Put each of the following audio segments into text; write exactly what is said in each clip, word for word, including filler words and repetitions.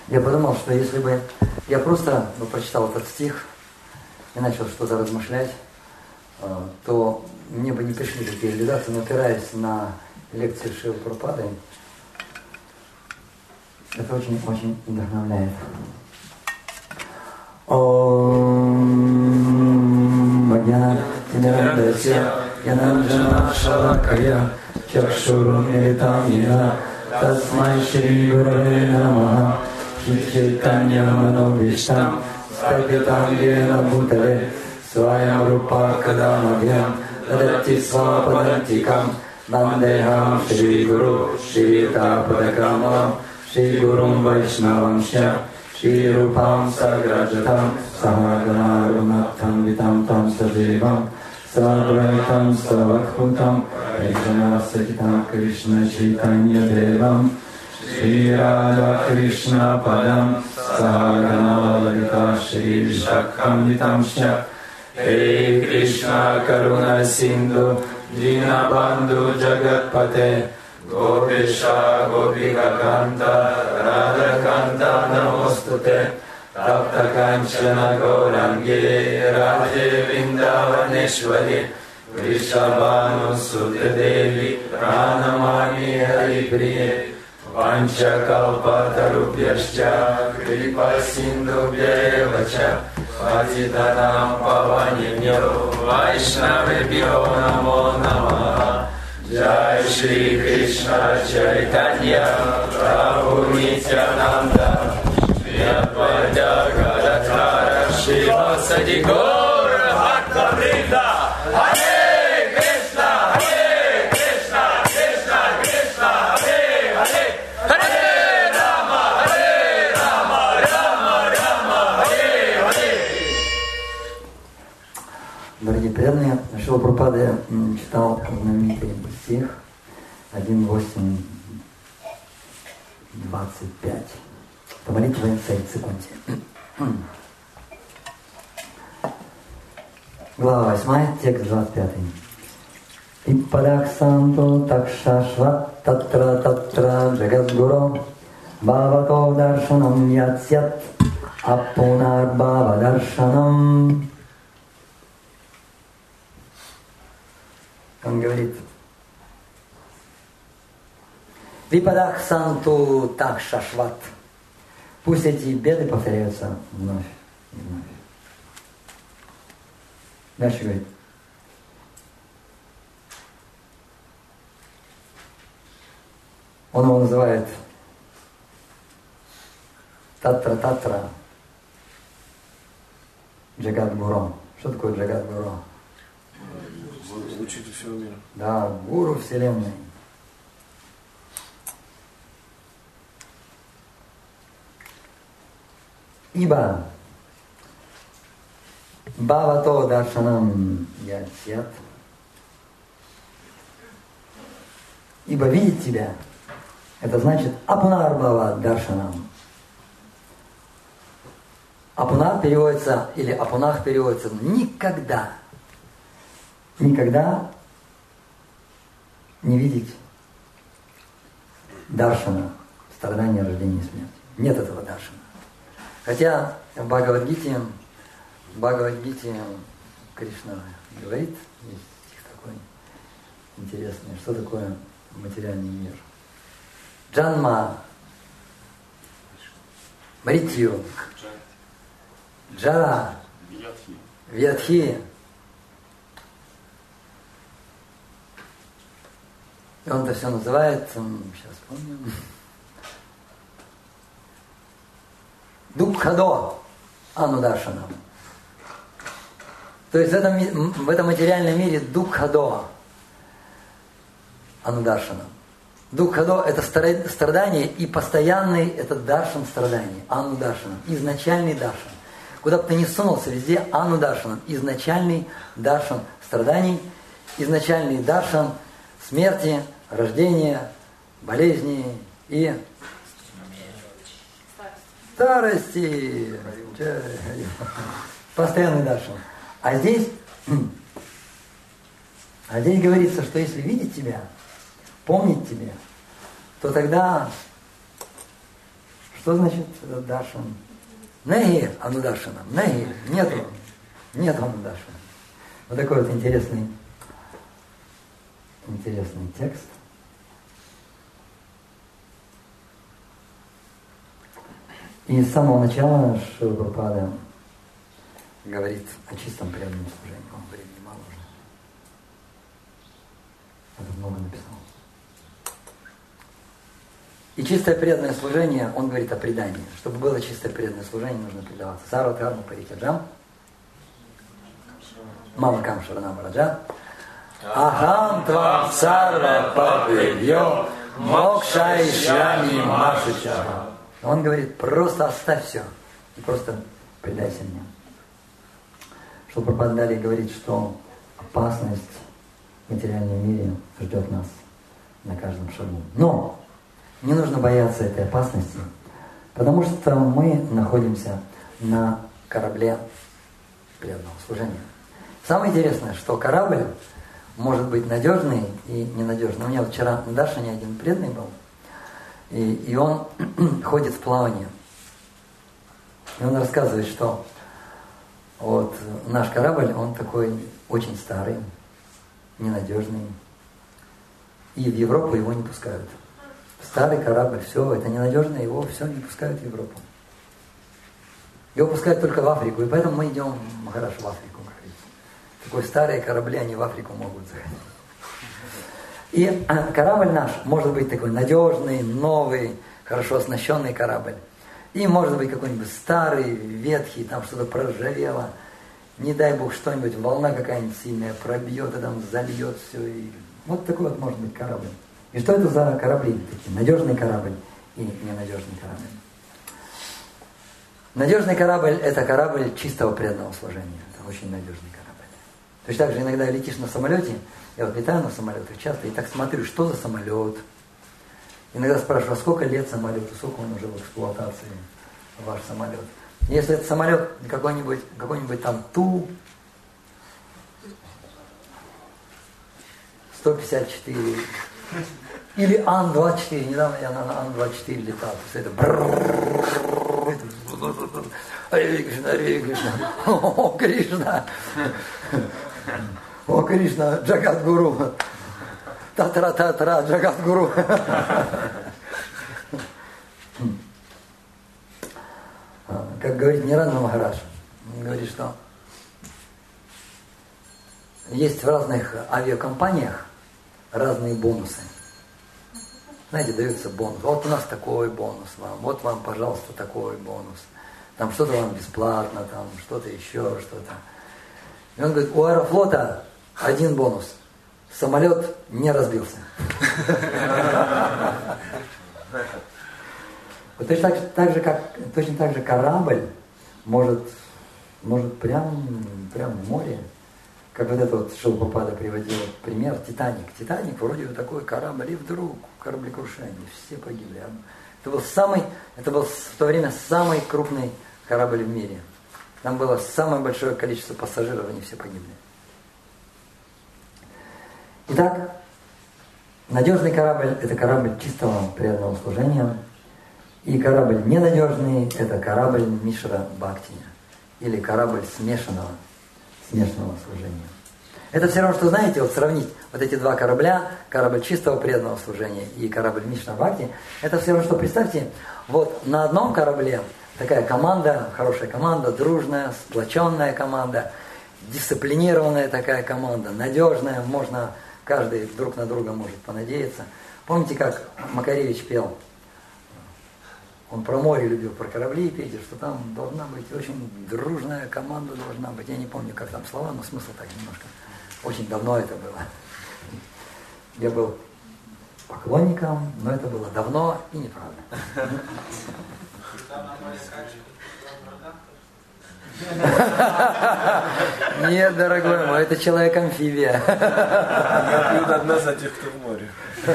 Я подумал, что если бы я просто ну, прочитал этот стих и начал что-то размышлять, то мне бы не пришли такие реализации, но опираясь на лекции Шрилы Прабхупады, это очень-очень вдохновляет. Ом Бхагавати Янанджана Шалакая Чакшурумиритам Яна Тасмай Шри Гурве Намаха Чичитанья Мановиштам Стапитам Йена Бхутале Сваям Рупа Кадамабхям Дадати Свападантикам Вандехам Шри Гуру Шри Тападакамалам Шри Гурум Вайшнавамшя Шри Рупам Саграджатам Сахагана Рунатам Витам Там Садевам Садвайтам Савакхутам Айджана Сакитам Кришна Чайтанья Девам Шри Рада Кришна Падам Сахагана Лалита Шри Вишакхам Витамшя Хей Кришна Каруна Синду Динабанду Джагатпате Гопиша Гопика Канта Рада Канта Намостуте Тапта Канчана Гауранги Раде Вриндаванешвари Вришабану Суте Деви Пранамами Хариприе Ванча Калпатарубьяшча Крипа Синдубьяевача Патитанам Паваниньо Вайшнавебьо Намо Намаха Джай Шри Кришна Чайтанья Прабху Нитянанда Шриадвайта Гададхара Шривасади Гора Бхакта Вринда Харе Кришна, Харе Кришна, Кришна Кришна, Харе Харе Харе Рама, Харе Рама, Рама Рама, Харе Харе. Дорогие преданные, Шрила Прабхупада читал знаменитый стих один восемь двадцать пять. Помолитва инсайт в секунде. Глава восьмая, текст двадцать пятый. Иппадаксанто такшашват татра татра джагадгуро бхавато даршанам ятсят апунар бхава даршанам. Он говорит: Випадах санту так шашват. Пусть эти беды повторяются вновь и вновь. Дальше говорит: он его называет Татра-Татра Джагадгуру. Что такое Джагадгуру? Учитель всего мира. Да, гуру вселенной. Ибо Бхавато даршанам ятсят. Ибо видеть тебя, это значит апунарбхава даршанам. Апунар переводится, или апунах переводится никогда. Никогда не видеть даршана, страдания, рождения и смерти. Нет этого даршана. Хотя в Бхагавад-гите, в Бхагавад-гите Кришна говорит, есть стих такой интересный, что такое материальный мир. Джанма, Мритью, Джара, Вьядхи. И он это все называет, сейчас помню, Дукхадо Анударшанам. То есть в этом, в этом материальном мире Дукхадо Анударшанам. Дукхадо – это страдание, и постоянный этот даршан страдания, Анударшанам, изначальный даршан. Куда бы ты ни сунулся, везде Анударшанам, изначальный даршан страданий, изначальный даршан смерти, рождения, болезни и старости. Постоянный даршан. А здесь, а здесь говорится, что если видеть тебя, помнить тебя, то тогда Что значит даршан? Неги анудашана. Неги. Нету. Нет анудашана. Вот такой вот интересный, интересный текст. И с самого начала Шрила Прабхупада говорит о чистом преданном служении. Он времени мало уже. Это много написал. И чистое преданное служение, он говорит о предании. Чтобы было чистое преданное служение, нужно предаваться. Сарва Дхарма Паритяджам. Мама Камшаранам Раджа. Ахам Твам Сарва Папирьо Мокшай Шьями Машича. Он говорит, просто оставь все и просто предайся мне. Что Прабхупада далее говорит, что опасность в материальном мире ждет нас на каждом шагу. Но не нужно бояться этой опасности, потому что мы находимся на корабле преданного служения. Самое интересное, что корабль может быть надежный и ненадежный. У меня вот вчера на Даршане один преданный был, и, и он ходит в плавание. И он рассказывает, что вот наш корабль, он такой очень старый, ненадежный, и в Европу его не пускают. Старый корабль, все, это ненадежно, его все не пускают в Европу. Его пускают только в Африку, и поэтому мы идем, Махарадж, в Африку. Такой старые корабли, они в Африку могут заходить. И корабль наш может быть такой надежный, новый, хорошо оснащенный корабль. И может быть какой-нибудь старый, ветхий, там что-то проржавело. Не дай бог что-нибудь, волна какая-нибудь сильная пробьет, и там зальет все. И вот такой вот может быть корабль. И что это за корабли такие? Надежный корабль и ненадежный корабль. Надежный корабль – это корабль чистого преданного служения. Это очень надежный корабль. Точно так же иногда летишь на самолете, я вот летаю на самолетах часто, и так смотрю, что за самолет. Иногда спрашиваю, а сколько лет самолету, сколько он уже в эксплуатации, ваш самолет. Если это самолет какой-нибудь, какой-нибудь там Ту сто пятьдесят четыре или Ан двадцать четыре, недавно я на Ан двадцать четыре летал, то есть это Аре Кришна, Аре Кришна, о Кришна, о Кришна, Джагадгуру, Татра-татра, Джагадгуру. Как говорит Ниранда Махарадж, он говорит, что есть в разных авиакомпаниях разные бонусы. Знаете, даются бонус. Вот у нас такой бонус вам, вот вам, пожалуйста, такой бонус. Там что-то вам бесплатно, там что-то еще, что-то. И он говорит, у Аэрофлота один бонус. Самолет не разбился. Вот точно так, так же, как, точно так же корабль может, может прям, прям в море. Как вот это вот Шрила Прабхупада приводил пример, Титаник. Титаник вроде вот такой корабль, и вдруг кораблекрушение, все погибли. Это был самый, это был в то время самый крупный корабль в мире. Там было самое большое количество пассажиров, они все погибли. Итак, надежный корабль – это корабль чистого преданного служения. И корабль ненадежный – это корабль Мишра Бхакти, или корабль смешанного, смешанного служения. Это все равно, что, знаете, вот сравнить вот эти два корабля, корабль чистого преданного служения и корабль Мишра Бхакти, это все равно, что, представьте, вот на одном корабле такая команда, хорошая команда, дружная, сплоченная команда, дисциплинированная такая команда, надежная, можно, каждый друг на друга может понадеяться. Помните, как Макаревич пел? Он про море любил, про корабли петь, что там должна быть очень дружная команда должна быть. Я не помню, как там слова, но смысл так немножко. Очень давно это было. Я был поклонником, но это было давно и неправда. Нет, дорогой мой, это человек-амфибия. Блюдо одна за тех, кто в море.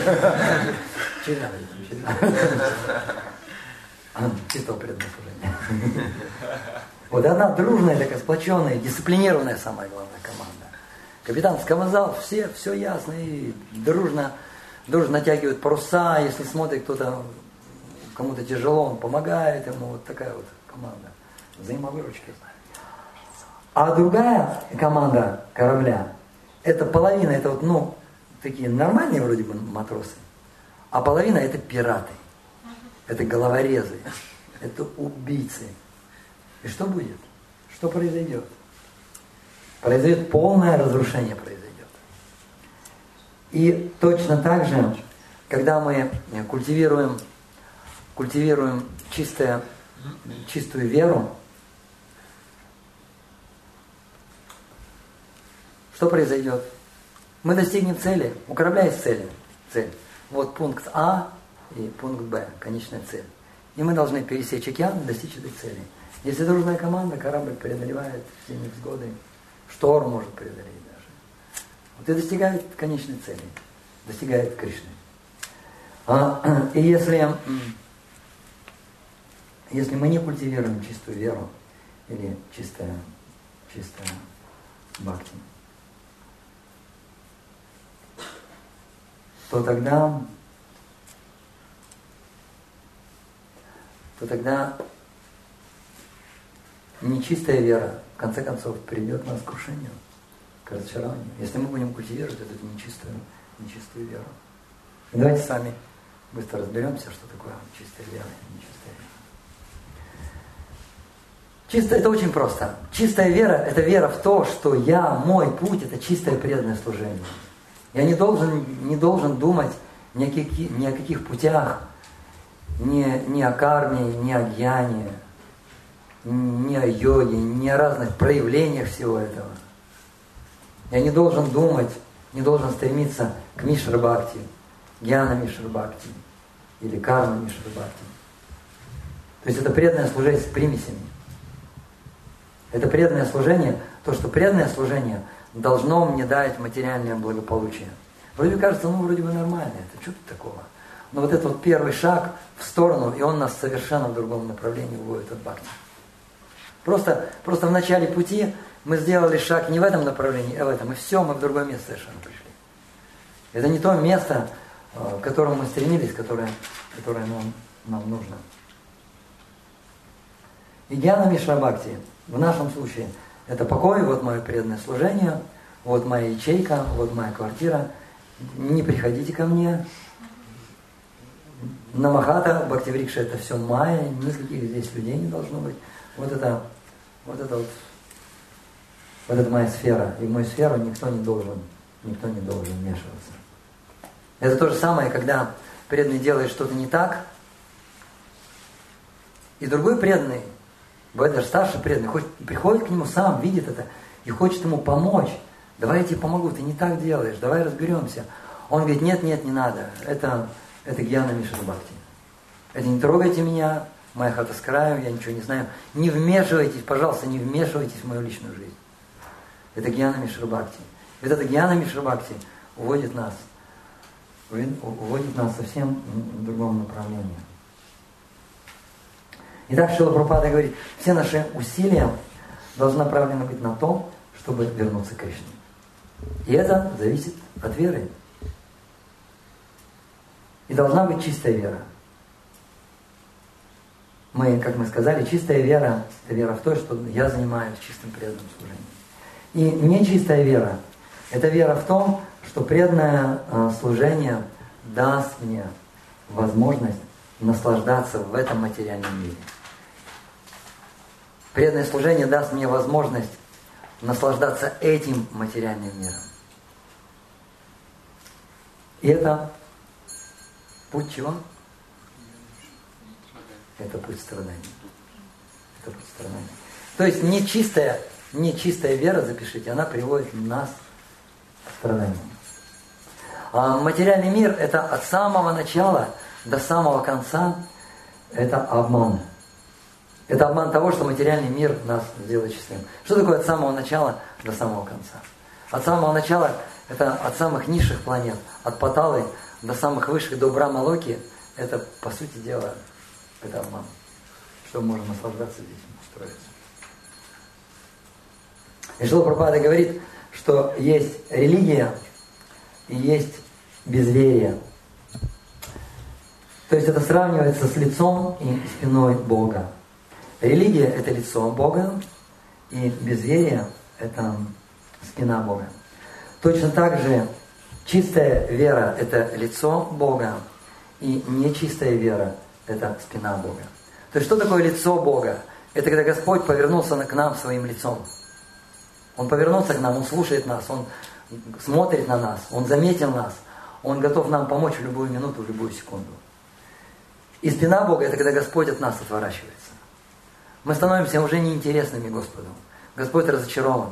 Чистого преданного служения. Вот одна дружная, такая сплоченная, дисциплинированная, самая главная команда. Капитан сказал, все, все ясно, и дружно, дружно натягивают паруса, если смотрит кто-то кому-то тяжело, он помогает ему, вот такая вот команда, взаимовыручка. А другая команда корабля, это половина, это вот, ну, такие нормальные вроде бы матросы, а половина это пираты, это головорезы, это убийцы. И что будет? Что произойдет? Произойдет полное разрушение произойдет. И точно так же, когда мы культивируем, культивируем чистое, чистую веру, что произойдет? Мы достигнем цели. У корабля есть цели. Цель. Вот пункт А и пункт Б, конечная цель. И мы должны пересечь океан и достичь этой цели. Если дружная команда, корабль преодолевает все невзгоды, шторм может преодолеть даже. Вот и достигает конечной цели, достигает Кришны. А, и если, если мы не культивируем чистую веру или чистое, чистое бхакти, то тогда, то тогда нечистая вера, в конце концов, приведет нас к крушению, к разочарованию. Если мы будем культивировать эту нечистую, нечистую веру. И давайте с вами быстро разберемся, что такое чистая вера и нечистая вера. Чисто, это очень просто. Чистая вера – это вера в то, что я, мой путь – это чистое преданное служение. Я не должен, не должен думать ни о, каких, ни о каких путях, ни, ни о карме, ни о гьяне, ни о йоге, ни о разных проявлениях всего этого. Я не должен думать, не должен стремиться к Мишра-бхакти, гьяна Мишра-бхакти или карма Мишра-бхакти. То есть это преданное служение с примесями. Это преданное служение, то, что преданное служение должно мне дать материальное благополучие. Вроде кажется, ну вроде бы нормально, это что тут такого? Но вот этот вот первый шаг в сторону, и он нас совершенно в другом направлении уводит от бхакти. Просто, просто в начале пути мы сделали шаг не в этом направлении, а в этом, и все, мы в другое место совершенно пришли. Это не то место, к которому мы стремились, которое, которое нам, нам нужно. И гьяна Мишра-бхакти в нашем случае это покой, вот мое преданное служение, вот моя ячейка, вот моя квартира. Не приходите ко мне. Намахата, Бхактиврикша, это все майя, никаких здесь людей не должно быть. Вот это, вот это вот, вот это моя сфера. И в мою сферу никто не должен, никто не должен вмешиваться. Это то же самое, когда преданный делает что-то не так, и другой преданный, бывает даже старший преданный, хочет, приходит к нему сам, видит это, и хочет ему помочь. Давай я тебе помогу, ты не так делаешь, давай разберемся. Он говорит, нет, нет, не надо, это, это гьяна Мишра-бхакти. Это не трогайте меня, моя хата с краю, я ничего не знаю. Не вмешивайтесь, пожалуйста, не вмешивайтесь в мою личную жизнь. Это гьяна Мишра-бхакти. И вот эта гьяна Мишра-бхакти уводит нас, уводит нас совсем в другом направлении. Итак, Шрила Прабхупада говорит, все наши усилия должны направлены быть на то, чтобы вернуться к Кришне. И это зависит от веры. И должна быть чистая вера. Мы, как мы сказали, чистая вера – это вера в то, что я занимаюсь чистым преданным служением. И нечистая вера – это вера в том, что преданное служение даст мне возможность наслаждаться в этом материальном мире. Преданное служение даст мне возможность наслаждаться этим материальным миром. И это путь чего? Это путь страданий. Это путь страданий. То есть нечистая, нечистая вера, запишите, она приводит нас к страданиям. А материальный мир – это от самого начала до самого конца это обман. Это обман того, что материальный мир нас сделает счастливым. Что такое от самого начала до самого конца? От самого начала это от самых низших планет, от Паталы до самых высших, до Брахма-локи, это, по сути дела, это обман. Что мы можем наслаждаться здесь, устроиться. И Шрила Прабхупада говорит, что есть религия и есть безверие. То есть это сравнивается с лицом и спиной Бога. Религия – это лицо Бога, и безверие – это спина Бога. Точно так же чистая вера – это лицо Бога, и нечистая вера – это спина Бога. То есть что такое лицо Бога? Это когда Господь повернулся к нам своим лицом. Он повернулся к нам, Он слушает нас, Он смотрит на нас, Он заметил нас, Он готов нам помочь в любую минуту, в любую секунду. И спина Бога – это когда Господь от нас отворачивается. Мы становимся уже неинтересными Господу. Господь разочарован.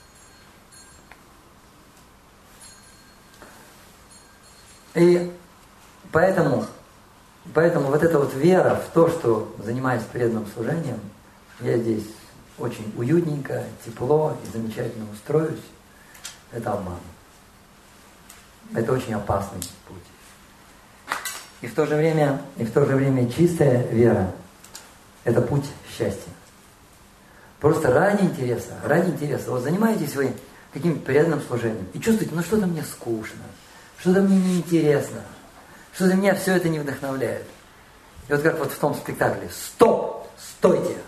И поэтому, поэтому вот эта вот вера в то, что занимаюсь преданным служением, я здесь очень уютненько, тепло и замечательно устроюсь, это обман. Это очень опасный путь. И в то же время, и в то же время чистая вера – это путь счастья. Просто ради интереса, ради интереса. Вот занимаетесь вы каким-то преданным служением и чувствуете, ну что-то мне скучно, что-то мне неинтересно, что-то меня все это не вдохновляет. И вот как вот в том спектакле: стоп, стойте!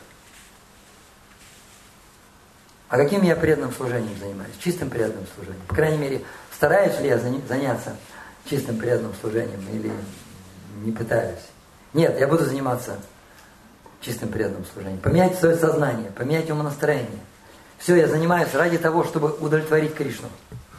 А каким я преданным служением занимаюсь? Чистым преданным служением. По крайней мере, стараюсь ли я заняться чистым преданным служением или не пытаюсь? Нет, я буду заниматься чистым преданным служением. Поменять свое сознание, поменять умонастроение. Все, я занимаюсь ради того, чтобы удовлетворить Кришну.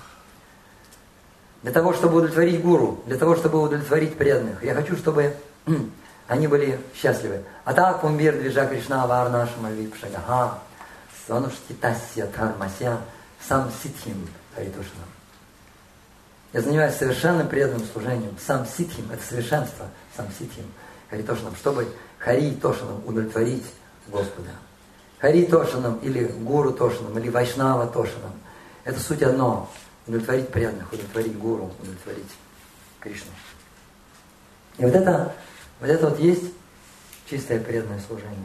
Для того, чтобы удовлетворить гуру, для того, чтобы удовлетворить преданных. Я хочу, чтобы они были счастливы. Атак пумбир движа Кришна варнашама випшагага свануштитасья дхармася сам ситхим харитушнам. Я занимаюсь совершенным преданным служением. Сам ситхим – это совершенство, сам ситхим харитошнам, чтобы хари тошанам удовлетворить Господа. Хари тошанам или гуру тошанам, или вайшнава тошанам – это суть одно. Удовлетворить преданных, удовлетворить гуру, удовлетворить Кришну. И вот это, вот это вот есть чистое преданное служение.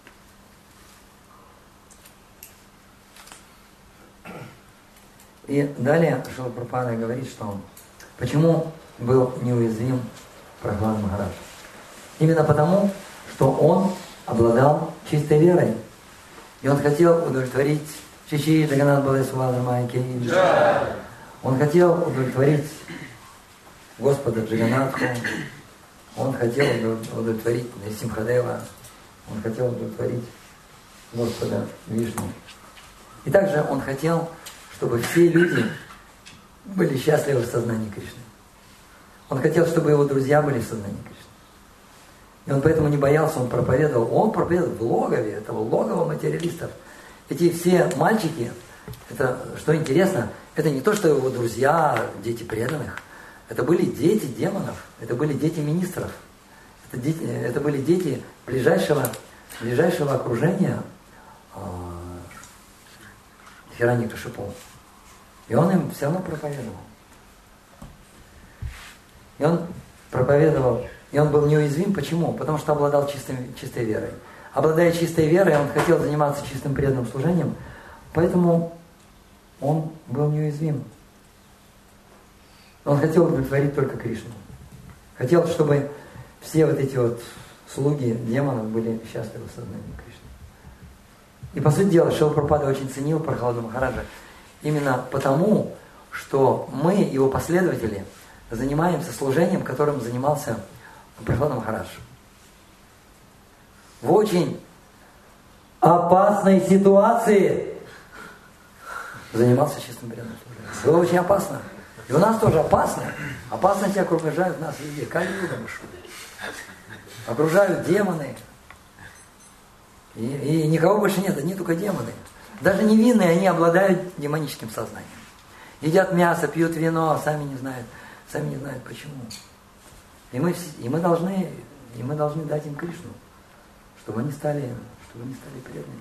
И далее Шрила Прабхупада говорит, что почему был неуязвим Прахлад Махарадж. Именно потому, что он обладал чистой верой. И он хотел удовлетворить Чичи Джаганнат Балесвада Майки. Он хотел удовлетворить Господа Джаганнатху. Он хотел удовлетворить Симхадева. Он хотел удовлетворить Господа Вишну. И также он хотел, чтобы все люди были счастливы в сознании Кришны. Он хотел, чтобы его друзья были в сознании Кришны. И он поэтому не боялся, он проповедовал. Он проповедовал в логове, этого логова материалистов. Эти все мальчики, это, что интересно, это не то, что его друзья, дети преданных. Это были дети демонов, это были дети министров. Это, дети, это были дети ближайшего, ближайшего окружения э, Хираньякашипу. И он им все равно проповедовал. И он проповедовал, и он был неуязвим. Почему? Потому что обладал чистой, чистой верой. Обладая чистой верой, он хотел заниматься чистым преданным служением, поэтому он был неуязвим. Он хотел удовлетворить только Кришну. Хотел, чтобы все вот эти вот слуги демонов были счастливы в сознании Кришны. И по сути дела, Шрила Прабхупада очень ценил Прахладу Махараджа именно потому, что мы, его последователи, занимаемся служением, которым занимался Прахлада Махарадж. В очень опасной ситуации занимался чистым преданным служением. Было очень опасно. И у нас тоже опасно. Опасности окружают нас везде. Кали-юга мышу. Окружают демоны. И, и никого больше нет, одни только демоны. Даже невинные, они обладают демоническим сознанием. Едят мясо, пьют вино, а сами не знают, сами не знают почему. И мы, и мы, должны, и мы должны дать им Кришну, чтобы они стали, чтобы они стали преданными.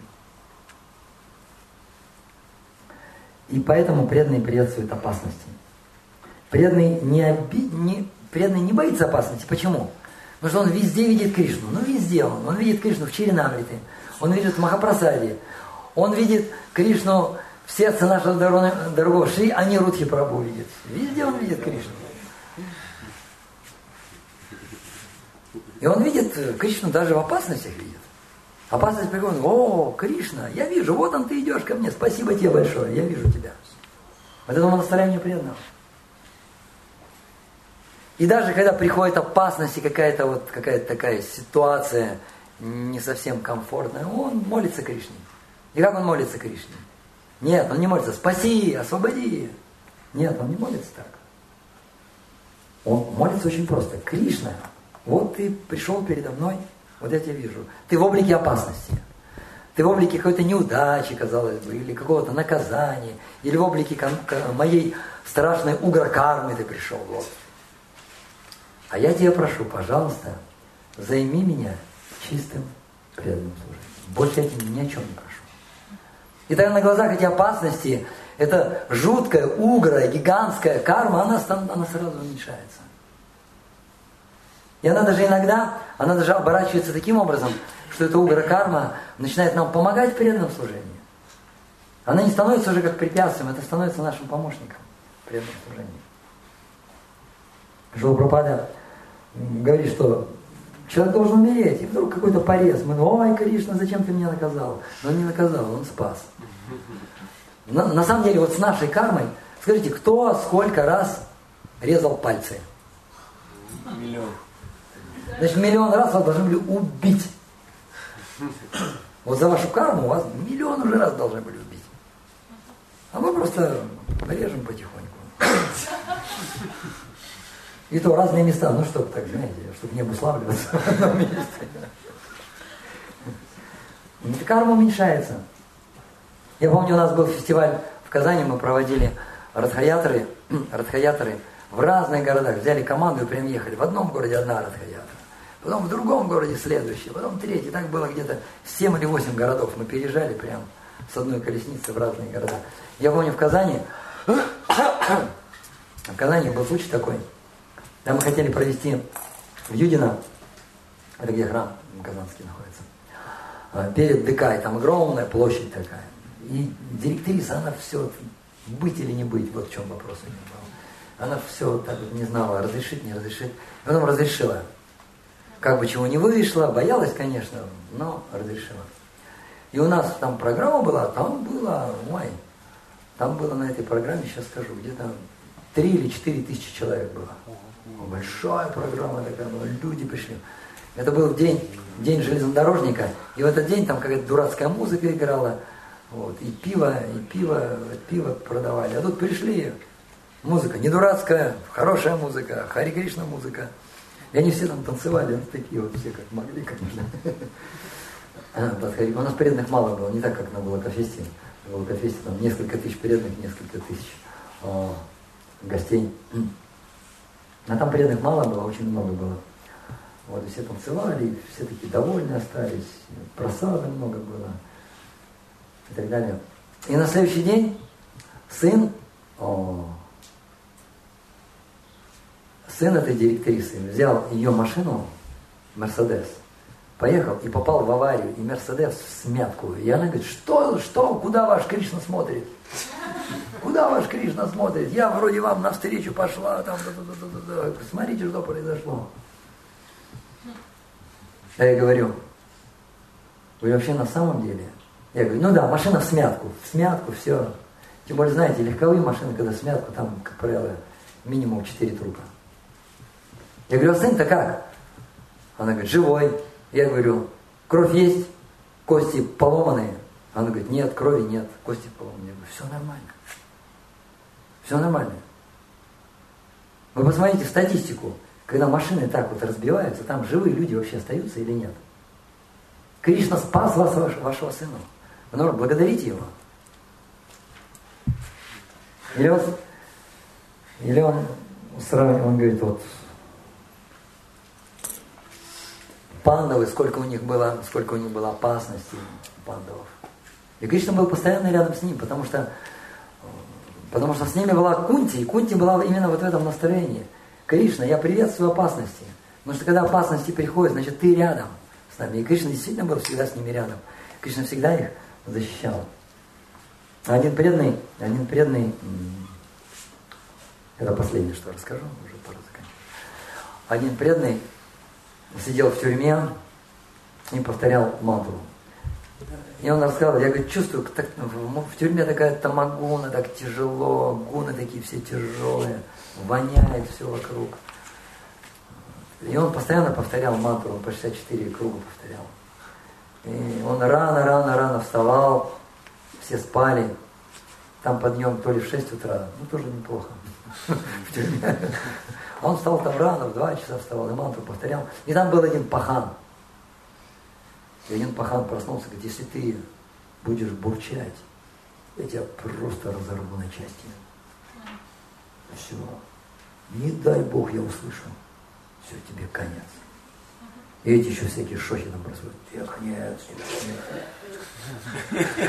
И поэтому преданный приветствует опасности. Преданный не, оби, не, преданный не боится опасности. Почему? Потому что он везде видит Кришну. Ну везде он. Он видит Кришну в Чаринамрите. Он видит в Махапрасаде. Он видит Кришну в сердце нашего дорогого Шри Анирудхи Прабху видит. Везде он видит Кришну. И он видит Кришну, даже в опасностях видит. Опасность приходит, о, Кришна, я вижу, вот он, ты идешь ко мне, спасибо тебе большое, я вижу тебя. Вот это настроение преданного. И даже когда приходит опасность и какая-то вот какая-то такая ситуация не совсем комфортная, он молится Кришне. И как он молится Кришне? Нет, он не молится, спаси, освободи. Нет, он не молится так. Он молится очень просто. Кришна, вот ты пришел передо мной, вот я тебя вижу. Ты в облике опасности. Ты в облике какой-то неудачи, казалось бы, или какого-то наказания, или в облике моей страшной угрокармы ты пришел. Вот. А я тебя прошу, пожалуйста, займи меня чистым преданным служением. Больше я тебя ни о чем не прошу. И тогда на глазах эти опасности, эта жуткая, уграя, гигантская карма, она, она сразу уменьшается. И она даже иногда, она даже оборачивается таким образом, что эта угра-карма начинает нам помогать в преданном служении. Она не становится уже как препятствием, это становится нашим помощником в преданном служении. Шрила Прабхупада говорит, что человек должен умереть, и вдруг какой-то порез. Мы думаем, ой, Кришна, зачем ты меня наказал? Но он не наказал, он спас. На, на самом деле, вот с нашей кармой, скажите, кто сколько раз резал пальцы? Миллион. Значит, миллион раз вас должны были убить. Вот за вашу карму вас миллион уже раз должны были убить. А мы просто режем потихоньку. И то разные места, ну чтобы так, знаете, чтобы не обуславливаться в одном месте. И карма уменьшается. Я помню, у нас был фестиваль в Казани, мы проводили радхаятры, радхаятры в разных городах. Взяли команду и прям ехали. В одном городе одна радхаятра, потом в другом городе следующий, потом третий. Так было где-то семь или восемь городов. Мы переезжали прям с одной колесницы в разные города. Я помню, в Казани, в Казани был случай такой. Там мы хотели провести в Юдино, это где храм казанский находится, перед ДК, и там огромная площадь такая. И директриса, она все, быть или не быть, вот в чем вопрос у нее был. Она все так не знала, разрешить, не разрешить. И потом разрешила. Как бы чего не вышло, боялась, конечно, но разрешила. И у нас там программа была, там было, ой, там было на этой программе, сейчас скажу, где-то три или четыре тысячи человек было. Большая программа такая была, люди пришли. Это был день, день железнодорожника, и в этот день там какая-то дурацкая музыка играла, вот, и пиво, и пиво, пиво продавали. А тут пришли, музыка не дурацкая, хорошая музыка, Хари Кришна музыка. И они все там танцевали, вот такие вот все как могли, конечно. У нас преданных мало было, не так, как на Балакафесте. На Балакафесте там несколько тысяч преданных, несколько тысяч о, гостей. А там преданных мало было, очень много было. Вот, и все танцевали, и все такие довольны остались, просада много было, и так далее. И на следующий день сын, о, сын этой директрисы взял ее машину, Мерседес, поехал и попал в аварию, и Мерседес в смятку. И она говорит, что, что, куда ваш Кришна смотрит? Куда ваш Кришна смотрит? Я вроде вам навстречу пошла, там, да, да, да, да, да. Смотрите, что произошло. А я говорю, вы вообще на самом деле? Я говорю, ну да, машина в смятку, в смятку, все. Тем более, знаете, легковые машины, когда в смятку, там, как правило, минимум четыре трупа. Я говорю, а сын-то как? Она говорит, живой. Я говорю, кровь есть, кости поломанные. Она говорит, нет, крови нет, кости поломанные. Я говорю, все нормально. Все нормально. Вы посмотрите статистику, когда машины так вот разбиваются, там живые люди вообще остаются или нет? Кришна спас вас, ваш, вашего сына. Вы благодарите его. Или он, или он, он говорит, вот, пандавы, сколько у них было, сколько у них было опасностей, пандавов. И Кришна был постоянно рядом с ним, потому что Потому что с ними была Кунти, и Кунти была именно вот в этом настроении. Кришна, я приветствую опасности. Потому что когда опасности приходят, значит ты рядом с нами. И Кришна действительно был всегда с ними рядом. Кришна всегда их защищал. Один преданный, один преданный, это последнее, что расскажу, уже пора заканчивать. Один преданный сидел в тюрьме и повторял мантру. И он рассказал, я говорю, чувствую, так, в тюрьме такая тамагуна, так тяжело, гуны такие все тяжелые, воняет все вокруг. И он постоянно повторял мантру, он по шестьдесят четыре круга повторял. И он рано-рано-рано вставал, все спали. Там подъем то ли в шесть утра, ну тоже неплохо в тюрьме. А он встал там рано, в два часа вставал, и мантру повторял. И там был один пахан. И один пахан проснулся, говорит, если ты будешь бурчать, я тебя просто разорву на части. Все. Не дай Бог я услышу. Все, тебе конец. И эти еще всякие шохи там происходят. Эх, нет, нет.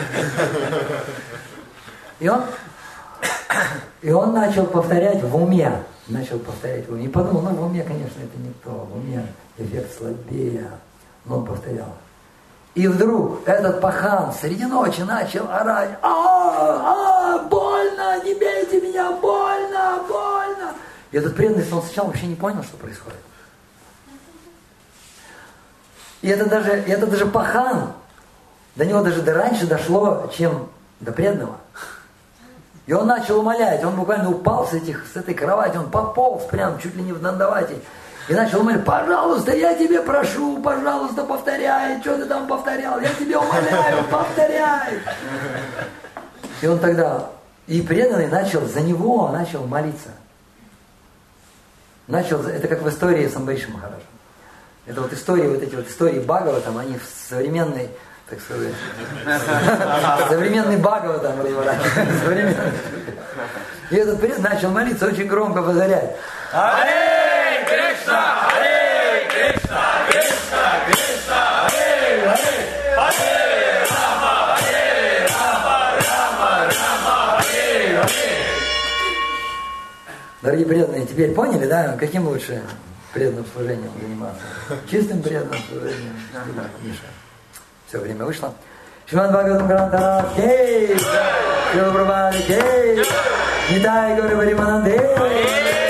И он, и он начал повторять в уме. Начал повторять в уме. И подумал, ну в уме, конечно, это не то. В уме эффект слабее. Но он повторял. И вдруг этот пахан среди ночи начал орать. А, а, больно, не бейте меня, больно, больно. И этот преданный, он сначала вообще не понял, что происходит. И это даже, это даже пахан, до него даже до раньше дошло, чем до преданного. И он начал умолять, он буквально упал с, этих, с этой кровати, он пополз прям чуть ли не в Дандавате. И начал умолять, пожалуйста, я тебе прошу, пожалуйста, повторяй, что ты там повторял, я тебе умоляю, повторяй. И он тогда, и преданный начал, за него начал молиться. Начал, это как в истории с Амбаришем Махараджем. Это вот истории, вот эти вот истории Бхагаватам, они в современной, так сказать, современный Бхагаватам разворачивают. И этот преданный начал молиться, очень громко повторять. Харе Кришна, Харе Кришна, Кришна, Кришна, Харе Харе, Харе Рама, Харе Рама, Рама, Рама, Харе Харе. Дорогие преданные, теперь поняли, да, каким лучше преданным служением заниматься? Чистым преданным служением. Миша. Все, время вышло. Шримад Бхагаватам Грантха Кей, Шрила Прабхупада Кей, Нитай Гаура Паримананде.